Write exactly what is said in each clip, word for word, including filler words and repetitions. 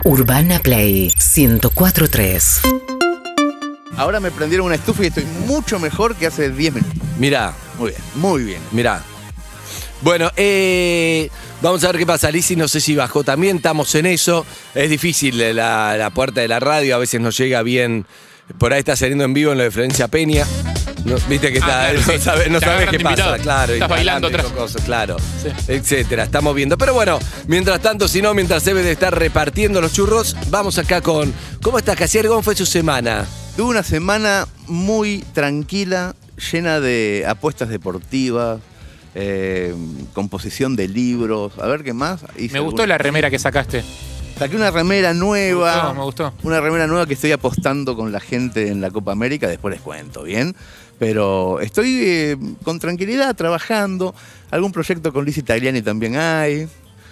Urbana Play ciento cuatro punto tres. Ahora me prendieron una estufa y estoy mucho mejor que hace diez minutos. Mirá. Muy bien, muy bien. Mirá. Bueno, eh, vamos a ver qué pasa. Lizzy, no sé si bajó también, estamos en eso. Es difícil la, la puerta de la radio, a veces no llega bien. Por ahí está saliendo en vivo en lo de Florencia Peña. No, Viste que está, Ah, claro, no sí. sabes no Te sabes agarran qué de pasa, invitado. claro. Estás bailando atrás. atrás. Cosas, claro, Sí. etcétera. Estamos viendo. Pero bueno, mientras tanto, si no, mientras debe de estar repartiendo los churros, vamos acá con... ¿Cómo estás, Casier? ¿Cómo fue su semana? Tuve una semana muy tranquila, llena de apuestas deportivas, eh, composición de libros. A ver qué más. Hice Me gustó alguna- la remera que sacaste. Saqué una remera nueva. Me gustó, me gustó. Una remera nueva que estoy apostando con la gente en la Copa América. Después les cuento, ¿bien? Pero estoy eh, con tranquilidad trabajando. Algún proyecto con Lizzy Tagliani también hay.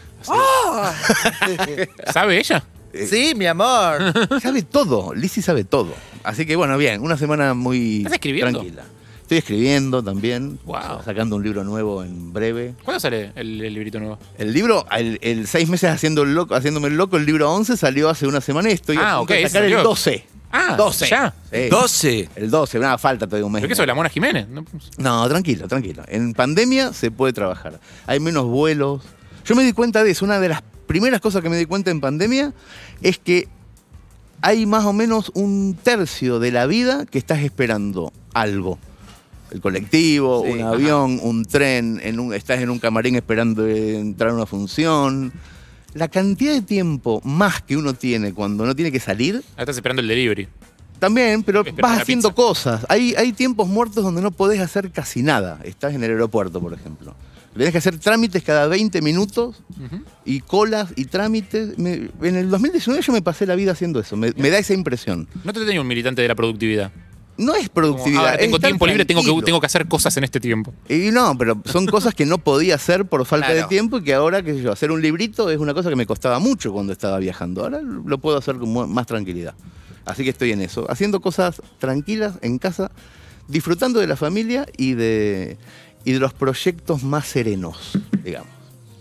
¿Sabe ella? Sí, mi amor. Sabe todo. Lizzy sabe todo. Así que bueno, bien. Una semana muy ¿Estás escribiendo? tranquila. Estoy escribiendo también. Wow. Sacando un libro nuevo en breve. ¿Cuándo sale el, el librito nuevo? El libro, el, el seis meses haciendo el loco, haciéndome el loco, el libro once salió hace una semana y estoy Ah, a punto ok, de sacar salió. el doce. Ah, doce. ya. Sí. doce. El doce, nada, falta todavía un mes. ¿Pero qué eso de la Mona Jiménez? ¿No? No, tranquilo, tranquilo. En pandemia se puede trabajar. Hay menos vuelos. Yo me di cuenta de eso. Una de las primeras cosas que me di cuenta en pandemia es que hay más o menos un tercio de la vida que estás esperando algo. El colectivo, Sí, un ajá. avión, un tren, en un, estás en un camarín esperando entrar a una función. La cantidad de tiempo más que uno tiene cuando no tiene que salir, Ahora estás esperando el delivery. también, pero Esperar vas la haciendo pizza. cosas. Hay, hay tiempos muertos donde no podés hacer casi nada. Estás en el aeropuerto, por ejemplo. Tenés que hacer trámites cada veinte minutos Ujú. y colas y trámites. Me- en el dos mil diecinueve yo me pasé la vida haciendo eso. Me, me da esa impresión. No te tenía un militante de la productividad. No es Como, productividad. ahora es tengo estar tiempo libre, tengo que, tranquilo. tengo que hacer cosas en este tiempo. Y no, pero son cosas que no podía hacer por falta de Claro. tiempo y que ahora, qué sé yo, hacer un librito es una cosa que me costaba mucho cuando estaba viajando. Ahora lo puedo hacer con mu- más tranquilidad. Así que estoy en eso, haciendo cosas tranquilas en casa, disfrutando de la familia y de, y de los proyectos más serenos, digamos.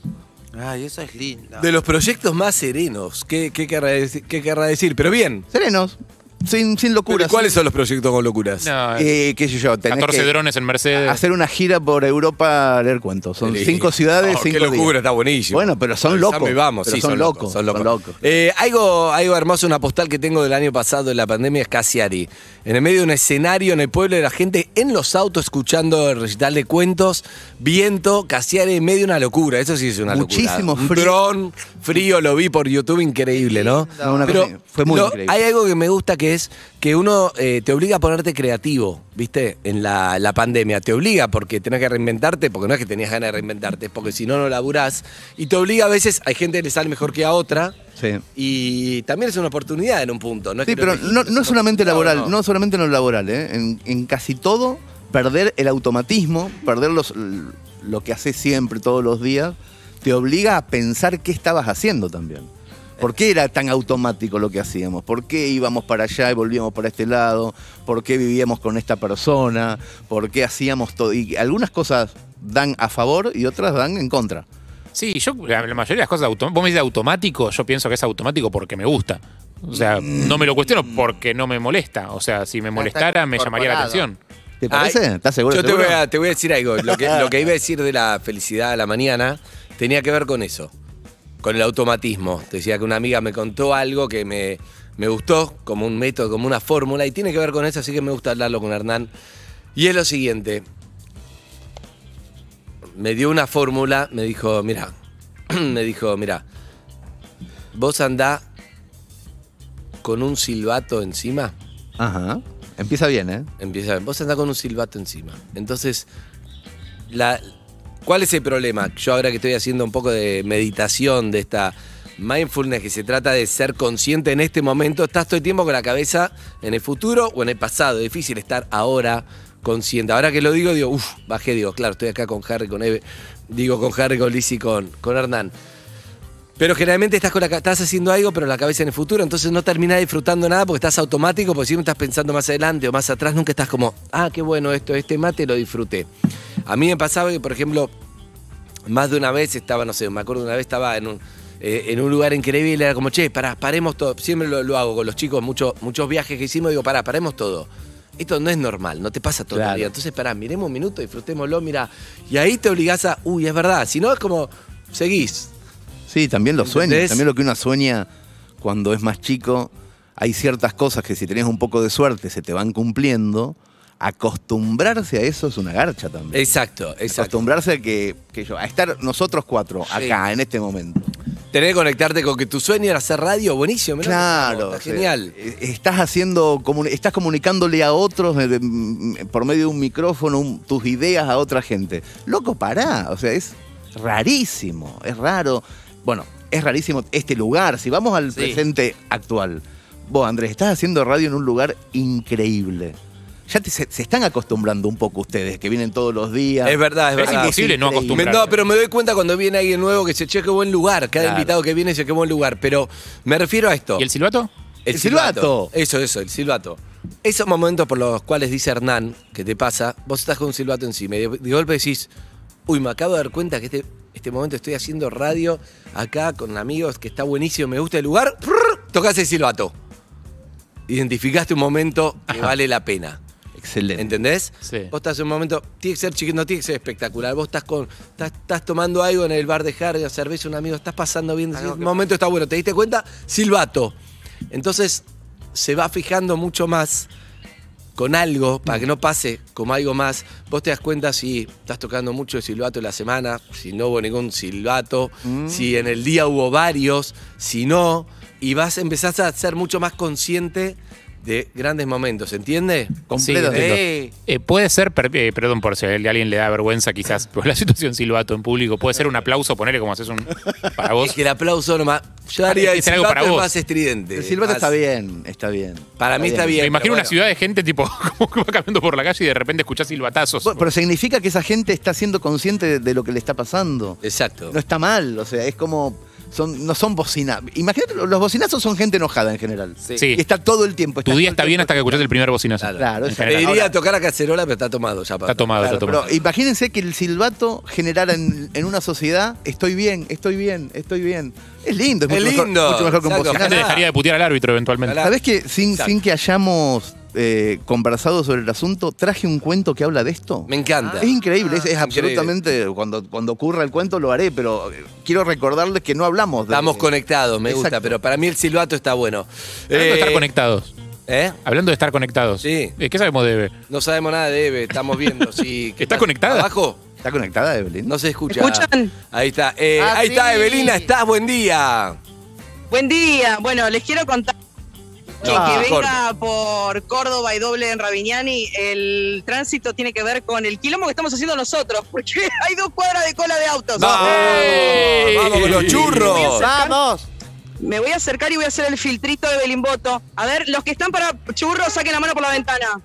Ay, eso es lindo. De los proyectos más serenos. ¿Qué, qué, querrá, decir, qué querrá decir? Pero bien. Serenos, sin, sin Pero locuras. ¿Cuáles son los proyectos con locuras? No, Eh, qué sé yo, tenés catorce que drones en Mercedes. hacer una gira por Europa a leer cuentos. Son Qué cinco lindo. ciudades, Oh, cinco qué locura, días. está buenísimo. Bueno, pero son Avísame locos. y vamos, pero sí, son, son locos, locos, son locos. son locos. Eh, algo, algo hermoso, una postal que tengo del año pasado de la pandemia es Casiari. En el medio de un escenario en el pueblo de la gente, en los autos, escuchando el recital de cuentos, viento, Casiari en medio de una locura. Eso sí es una Muchísimo locura. Un frío. dron, frío, lo vi por YouTube, increíble, ¿no? No, una Pero cosa- fue muy lo- increíble. hay algo que me gusta que es que uno eh, te obliga a ponerte creativo, ¿viste? En la, la pandemia. Te obliga porque tenés que reinventarte, porque no es que tenías ganas de reinventarte, es porque si no, no laburás. Y te obliga a veces, hay gente que le sale mejor que a otra. Sí. Y también es una oportunidad en un punto. No es Sí, que pero lo no, elegís, no es solamente una laboral, oportunidad, no solamente en lo laboral, ¿eh? en, en casi todo, perder el automatismo, perder los, lo que haces siempre, todos los días, te obliga a pensar qué estabas haciendo también. ¿Por qué era tan automático lo que hacíamos? ¿Por qué íbamos para allá y volvíamos para este lado? ¿Por qué vivíamos con esta persona? ¿Por qué hacíamos todo? Y algunas cosas dan a favor y otras dan en contra. Sí, yo la, la mayoría de las cosas, autom- vos me dices automático, yo pienso que es automático porque me gusta. O sea, no me lo cuestiono porque no me molesta. O sea, si me molestara me llamaría la incorporado. atención. ¿Te parece? Ay, ¿Estás seguro? Yo te seguro? voy, a, te voy a decir algo. Lo que, lo que iba a decir de la felicidad a la mañana tenía que ver con eso, con el automatismo. Te decía que una amiga me contó algo que me, me gustó, como un método, como una fórmula, y tiene que ver con eso, así que me gusta hablarlo con Hernán. Y es lo siguiente. Me dio una fórmula, me dijo, mira, me dijo, mira, vos andá con un silbato encima. Ajá. Empieza bien, ¿eh? Empieza, vos andás con un silbato encima. Entonces, la, ¿cuál es el problema? Yo ahora que estoy haciendo un poco de meditación, de esta mindfulness, que se trata de ser consciente en este momento, estás todo el tiempo con la cabeza en el futuro o en el pasado. Es difícil estar ahora consciente. Ahora que lo digo, digo, uff, bajé, digo, claro, estoy acá con Harry, con Eve, digo, con Harry, con Lizzy, con, con Hernán. Pero generalmente estás, con la, estás haciendo algo, pero la cabeza en el futuro, entonces no terminás disfrutando nada porque estás automático, porque siempre estás pensando más adelante o más atrás, nunca estás como, ah, qué bueno esto, este mate lo disfruté. A mí me pasaba que, por ejemplo, más de una vez estaba, no sé, me acuerdo una vez estaba en un, eh, en un lugar increíble, era como, che, pará, paremos todo. Siempre lo, lo hago con los chicos, mucho, muchos viajes que hicimos, digo, pará, paremos todo. Esto no es normal, no te pasa todo Claro. el día. Entonces, pará, miremos un minuto, disfrutémoslo, mirá. Y ahí te obligás a, uy, es verdad. Si no, es como, seguís. Sí, también los sueños, ¿Entendés? también lo que uno sueña cuando es más chico. Hay ciertas cosas que si tenés un poco de suerte se te van cumpliendo. Acostumbrarse a eso es una garcha también. Exacto, exacto. Acostumbrarse a que, que yo, a estar nosotros cuatro acá, en este momento. Tener que conectarte con que tu sueño era hacer radio, buenísimo. mirá, Claro. Está o sea, genial. eh, Estás haciendo, comuni- estás comunicándole a otros eh, de- mm, por medio de un micrófono un- tus ideas a otra gente. Loco, pará. O sea, es rarísimo, es raro. Bueno, es rarísimo este lugar. Si vamos al Sí. presente actual. Vos, Andrés, estás haciendo radio en un lugar increíble. Ya te- se, se están acostumbrando un poco ustedes, que vienen todos los días. Es verdad, es Es verdad. imposible no increíble. Me- acostumbrarse. No, pero me doy cuenta cuando viene alguien nuevo que se che, qué buen lugar. Cada Claro. invitado que viene dice qué buen lugar. Pero me refiero a esto. ¿Y el silbato? El silbato. Eso, eso, el silbato. Esos momentos por los cuales dice Hernán que te pasa, vos estás con un silbato encima y de, de golpe decís, uy, me acabo de dar cuenta que este, este momento estoy haciendo radio acá con amigos, que está buenísimo, me gusta el lugar, prrr, tocás el silbato. Identificaste un momento que vale la pena. Excelente. ¿Entendés? Sí. Vos estás en un momento, tiene que ser chiquito, no tiene que ser espectacular. Vos estás con, estás, estás tomando algo en el bar de Harry, una cerveza, un amigo, estás pasando bien, decís, un momento está bueno, ¿te diste cuenta? Silbato. Entonces se va fijando mucho más con algo, para que no pase como algo más. Vos te das cuenta si estás tocando mucho de silbato en la semana, si no hubo ningún silbato, si en el día hubo varios, si no, y vas, empezás a ser mucho más consciente de grandes momentos, ¿entiende? Completo. entiendo. Eh, Eh, puede ser, per- eh, perdón por si a alguien le da vergüenza quizás, por la situación silbato en público, puede ser un aplauso, ponerle como haces un para vos. Es que el aplauso nomás. Yo daría Tiene el que ser algo silbato para es vos. más estridente. El silbato más- está bien, está bien. Para mí está bien. Me imagino pero una bueno. ciudad de gente tipo como que va caminando por la calle y de repente escuchás silbatazos. Bueno, pero significa que esa gente está siendo consciente de, de lo que le está pasando. Exacto. No está mal, o sea, es como. Son, no son bocinas. Imagínate, los bocinazos son gente enojada en general. Sí. Y está todo el tiempo. Tu día está bien hasta que escuchás el primer bocinazo. Claro. Claro, En exacto. Te general. diría Ahora- tocar a cacerola, pero está tomado ya. Está tomado, Claro, está tomado. pero imagínense que el silbato generara en, en una sociedad, estoy bien, estoy bien, estoy bien. Es lindo, es, Es mucho, lindo. Mejor, mucho mejor que un Exacto. La gente bocinazo. Ojalá. dejaría de putear al árbitro eventualmente. Ojalá. ¿Sabés que sin, Exacto. sin que hayamos eh, conversado sobre el asunto, traje un cuento que habla de esto? Me encanta. Es increíble, es, es increíble. absolutamente. Cuando, cuando ocurra el cuento lo haré, pero eh, quiero recordarles que no hablamos de. Estamos conectados, me gusta, Exacto. pero para mí el silbato está bueno. Hablando de Eh, estar conectados. ¿Eh? Hablando de estar conectados. Sí. Eh, ¿Qué sabemos de Eve? No sabemos nada de Eve, estamos viendo. Si, ¿qué ¿Está pasa? conectada? ¿Abajo? ¿Está conectada, Evelyn? No se escucha. ¿Escuchan? Ahí está. Eh, Ah, ahí está, sí. Evelina, estás, buen día. Buen día. Bueno, les quiero contar que, No, que corta. venga por Córdoba y doble en Ravignani, el tránsito tiene que ver con el quilombo que estamos haciendo nosotros, porque hay dos cuadras de cola de autos. ¡Vamos! ¡Ey! ¡Vamos con los churros! ¡Vamos! Me voy a acercar y voy a hacer el filtrito de Belimboto. A ver, los que están para churros, saquen la mano por la ventana.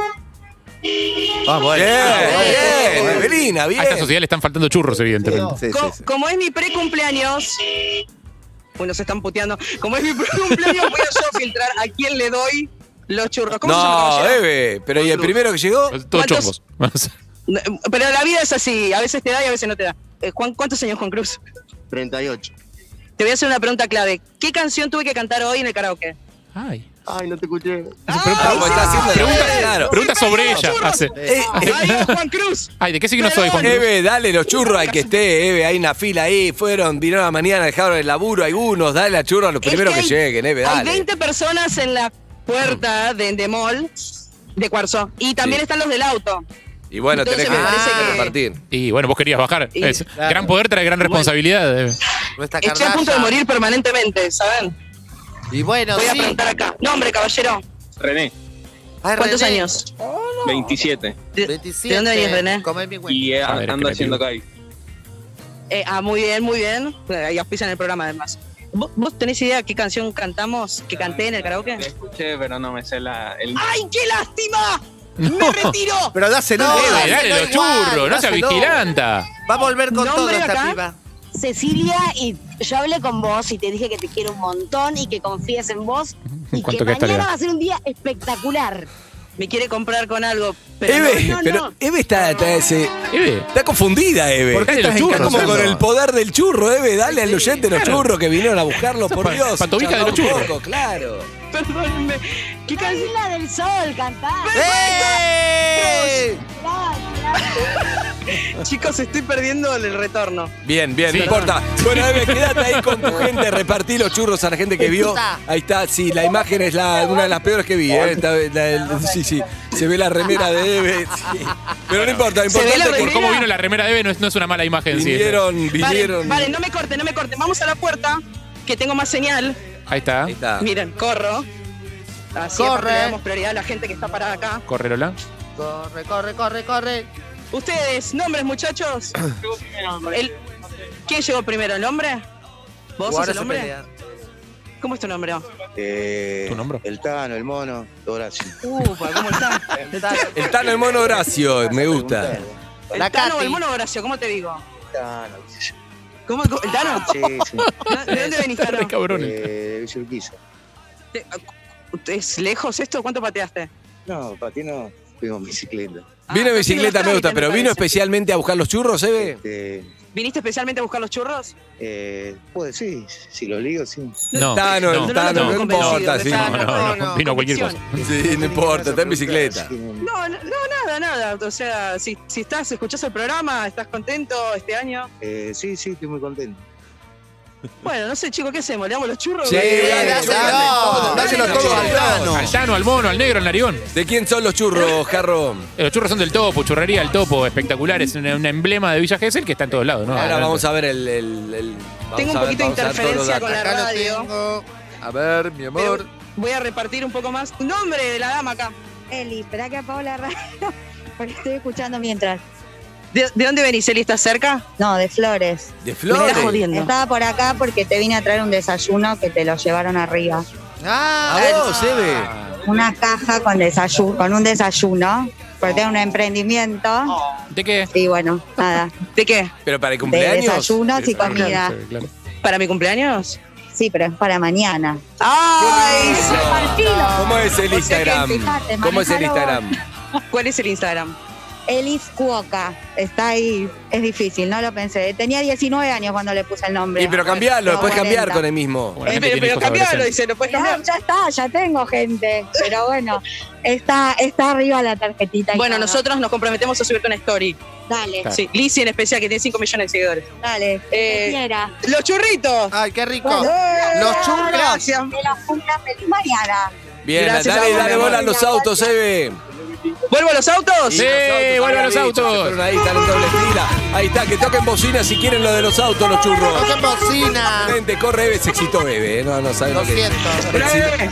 Vamos, Bien, eh. bien, Evelina, bien. A esta sociedad le están faltando churros, evidentemente. Sí, sí, Co- sí. Como es mi pre-cumpleaños, bueno, se están puteando. Como es mi pre-cumpleaños, voy a yo filtrar a quién le doy los churros. ¿Cómo se llama, No, caballero? Eve, pero ¿y el primero que llegó? Todos ¿Cuántos? chongos. Pero la vida es así, a veces te da y a veces no te da. Eh, Juan, ¿cuántos años, Juan Cruz? treinta y ocho. Te voy a hacer una pregunta clave. ¿Qué canción tuve que cantar hoy en el karaoke? Ay. Ay, no te escuché. Ah, ¿cómo está haciendo? Pregunta, Claro. pregunta sobre ella. Hace. Eh, eh, Adiós, Juan Cruz. Ay, ¿de qué signo soy, Juan Cruz? Eve, dale los churros al que esté, Eve, hay una fila ahí, fueron, vinieron a la mañana, dejaron el laburo algunos, dale la churros a los Es primeros que, hay- lleguen, Eve, Hay dale. veinte personas en la puerta de, de mall de Cuarzo. Y también Sí. están los del auto. Y bueno, Entonces tenés que, me parece que- repartir. Y bueno, vos querías bajar. Y- Es- Gran poder trae gran responsabilidad. eh. Nuestra Estoy a punto de Kardashian. morir permanentemente, ¿saben? Y bueno, Voy a sí. preguntar acá. Nombre, caballero. René, Ay, ¿Cuántos René. años? veintisiete. ¿De, veintisiete. ¿de dónde venís, René? Comé mi güey. Y eh, A ver, ando creativo. haciendo acá ahí. Eh, ah, muy bien, muy bien. Ahí auspician el programa, además. ¿Vos, vos tenés idea qué canción cantamos, que canté en el karaoke? Te escuché, pero no me sé la, el... ¡Ay, qué lástima! ¡Me retiro! Pero dáselo. No, Eve, dáselo dale los igual, churros, no seas dáselo. vigilanta. Va a volver con ¿Nombre todo esta acá? piba. Cecilia, y yo hablé con vos y te dije que te quiero un montón y que confíes en vos y que ¿Cuánto queda esta mañana liga? va a ser un día espectacular. me quiere comprar con algo. Pero Eve, no, no, pero no. Eve está, está, ese- Eve. está confundida, Eve. ¿Por qué está, estás está como encantando? con el poder del churro, Eve. Dale al oyente los churros que vinieron a buscarlo, por pa- Dios. patobica de los Charla un churros. poco, claro. Perdónenme. ¿Qué La canción? isla del sol, cantá. ¡Eh! Chicos, estoy perdiendo el retorno. Bien, bien, Sí. no importa. Bueno, Eve, quédate ahí con tu gente, repartí los churros a la gente que vio. Ahí está, sí, la imagen es la, una de las peores que vi, ¿eh? Está- la- el- sí, sí, se ve la remera de Eve. Sí. Pero no importa, lo Se ve la importante es Por que remera. cómo vino la remera de Eve no es, no es una mala imagen. sí, vinieron, Vale, vinieron. vale, no me corten, no me corten. Vamos a la puerta, que tengo más señal. Ahí está. Ahí está. Miren, corro. Así Corre. aparte le damos prioridad a la gente que está parada acá. Corre, Lola. Corre, corre, corre, corre. Ustedes, nombres, muchachos. El- ¿Quién llegó primero? ¿El nombre? ¿Vos sos Ahora el se hombre? pelea. ¿Cómo es tu nombre? Eh, ¿Tu nombre? El Tano, el Mono, Horacio. Upa, ¿cómo está? El Tano, el mono Horacio, me gusta. El La Tano o Katy. el mono Horacio, ¿cómo te digo? Tano, qué sé yo. ¿Cómo? cómo- ¿El Tano? Sí, sí. ¿De dónde venís, Está re Tano? cabrón. Eh, de Villa Urquiza. Te- ¿Es lejos esto? ¿Cuánto pateaste? No, para ti no. Fuimos en bicicleta. Vino en Ah, bicicleta, sí, me gusta, me pero vino parece. especialmente a buscar los churros, Eve. Este, ¿Viniste especialmente a buscar los churros? eh, pues sí, si lo ligo, sí. No. Tano, no, el Tano, tengo no convencido, importa, sí. Tano. No, no, no, no, vino cualquier cosa. convicción. Sí, no importa, está en bicicleta. Sí, no. No, no, no, nada, nada. O sea, si, si estás, escuchás el programa, estás contento este año. Eh, sí, sí, estoy muy contento. Bueno, no sé, chicos, ¿qué hacemos? ¿Le damos los churros? Sí, Eh, dale, dáselo. dale. Dáselo Dale, todo al churros. Tano. Al Tano, al Mono, al Negro, al Narigón. ¿De quién son los churros, Jarro? Eh, Los churros son del Topo, churrería del Topo, espectacular. Es un, un emblema de Villa Gesell que está en todos lados, ¿no? Ahora vamos a ver el... el- el- vamos Tengo un a ver, poquito de vamos a ver todos los interferencia con datos. la Acá lo radio. tengo. A ver, mi amor. Pero voy a repartir un poco más. Nombre de la dama acá. Eli, espera que apago la radio porque estoy escuchando mientras. ¿De, de dónde venís, Eli? ¿Estás cerca? No, de Flores. De Me Flores. estás jodiendo. Estaba por acá porque te vine a traer un desayuno que te lo llevaron arriba. A Ah, vos, Eve. Una caja con desayuno, con un desayuno, porque tengo un emprendimiento. ¿De qué? Y bueno, nada, ¿De qué? ¿Pero para el de cumpleaños? desayunos y Ah, claro, comida. sí, claro. ¿Para mi cumpleaños? Sí, pero es para mañana. ¡Ay! ¿Cómo es el O sea que Instagram? fíjate, ¿Cómo es el manejalo Instagram? ¿Cuál es el Instagram? Elis Cuoca. Está ahí, es difícil, no lo pensé. Tenía diecinueve años cuando le puse el nombre. Y pero cambialo, Tengo después cambiar cuarenta. con el mismo. Bueno, la Eh, gente pero tiene pero hijos cambialo, adolescentes. dice, lo puedes No, cambiar. ya está, ya tengo gente. Pero bueno, está, está arriba la tarjetita. y Bueno, todo. nosotros nos comprometemos a subirte una story. Dale, Claro. Sí, Lizzy en especial, que tiene cinco millones de seguidores. dale. Eh, que quiera. ¡Los churritos! Ay, qué rico. ¡Eh! Los churros. Gracias. Que la una feliz mañana. Bien, Gracias, dale, amor, dale mi bola a amor. los autos, Eve. ¿Vuelvo a los autos? Sí, vuelve a los autos. Fueron ahí, están en doble fila. Ahí está, que toquen bocina si quieren lo de los autos, los churros. No se bocina. Gente, corre, Eve, se excitó Eve, ¿eh? No, no saben Lo lo que siento. Eh,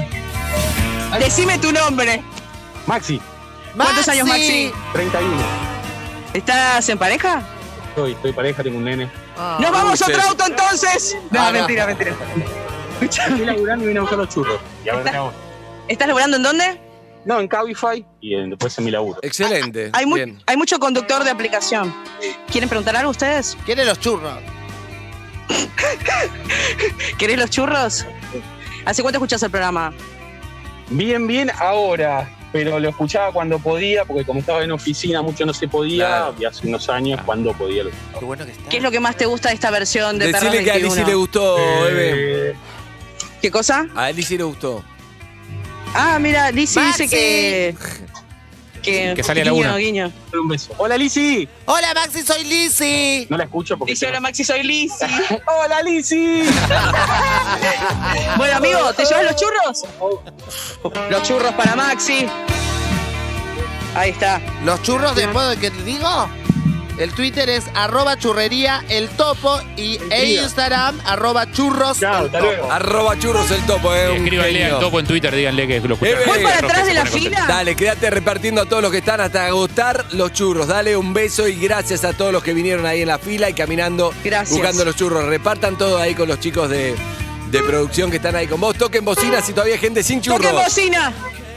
Decime tu nombre. Maxi, ¿Cuántos años, Maxi? treinta y uno. ¿Estás en pareja? Estoy, estoy pareja, tengo un nene. Ah. ¡Nos vamos a sí. otro auto entonces! No, Ah, no. mentira, mentira. Estoy laburando y vine a buscar los churros. Y ahora tengo... ¿Estás laburando en dónde? No, en Cabify y en- después en mi laburo. Excelente. Hay, mu- Bien. hay mucho conductor de aplicación. ¿Quieren preguntar algo ustedes? ¿Quieren los churros? ¿Querés los churros? ¿Hace cuánto escuchás el programa? Bien, bien ahora, pero lo escuchaba cuando podía, porque como estaba en oficina mucho no se podía, Claro. y hace unos años cuando podía lo Qué bueno que está. ¿Qué es lo que más te gusta de esta versión de Perros Decirle que a veintiuno? Alicia le gustó, Eve. Eh, ¿Qué cosa? A Alicia le gustó. Ah, mira, Lizzy Maxi. dice que... Que, Que sale a la guiño, una. guiño. un beso. Hola, Lizzy. Hola, Maxi, soy Lizzy. No la escucho porque... Dice, hola Maxi, soy Lizzy. ¡Hola, Lizzy! Bueno, amigo, ¿te llevas los churros? Los churros para Maxi. Ahí está. Los churros, después de que te digo, el Twitter es arroba churrería el topo y e Instagram arroba churros Chao, el hasta topo. luego. Arroba churros el topo, eh. un Escríbanle genio. al Topo en Twitter, díganle que lo escucharon. Eve. ¿Voy para Perros atrás que de se la ponen fila? Dale, quédate repartiendo a todos los que están hasta agotar los churros. Dale un beso y gracias a todos los que vinieron ahí en la fila y caminando Gracias. buscando los churros. Repartan todo ahí con los chicos de, de producción que están ahí con vos. Toquen bocina si todavía hay gente sin churros. ¡Toquen bocina!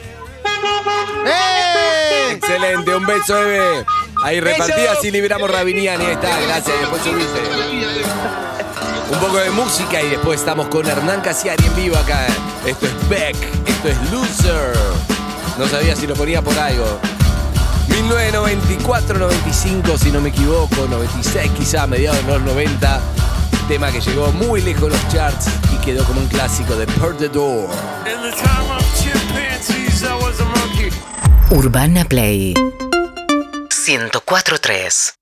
¡Eh! Excelente, un beso, Eve. Ahí repartida, Beso. así liberamos Rabiniani. Ahí está, gracias. Después subiste. Un poco de música y después estamos con Hernán Casiari en vivo acá. Esto es Beck, esto es Loser. No sabía si lo ponía por algo. mil novecientos noventa y cuatro, noventa y cinco, si no me equivoco, noventa y seis quizá, a mediados de los noventa. Tema que llegó muy lejos de los charts y quedó como un clásico de Per the Door. Urbana Play ciento cuatro punto tres.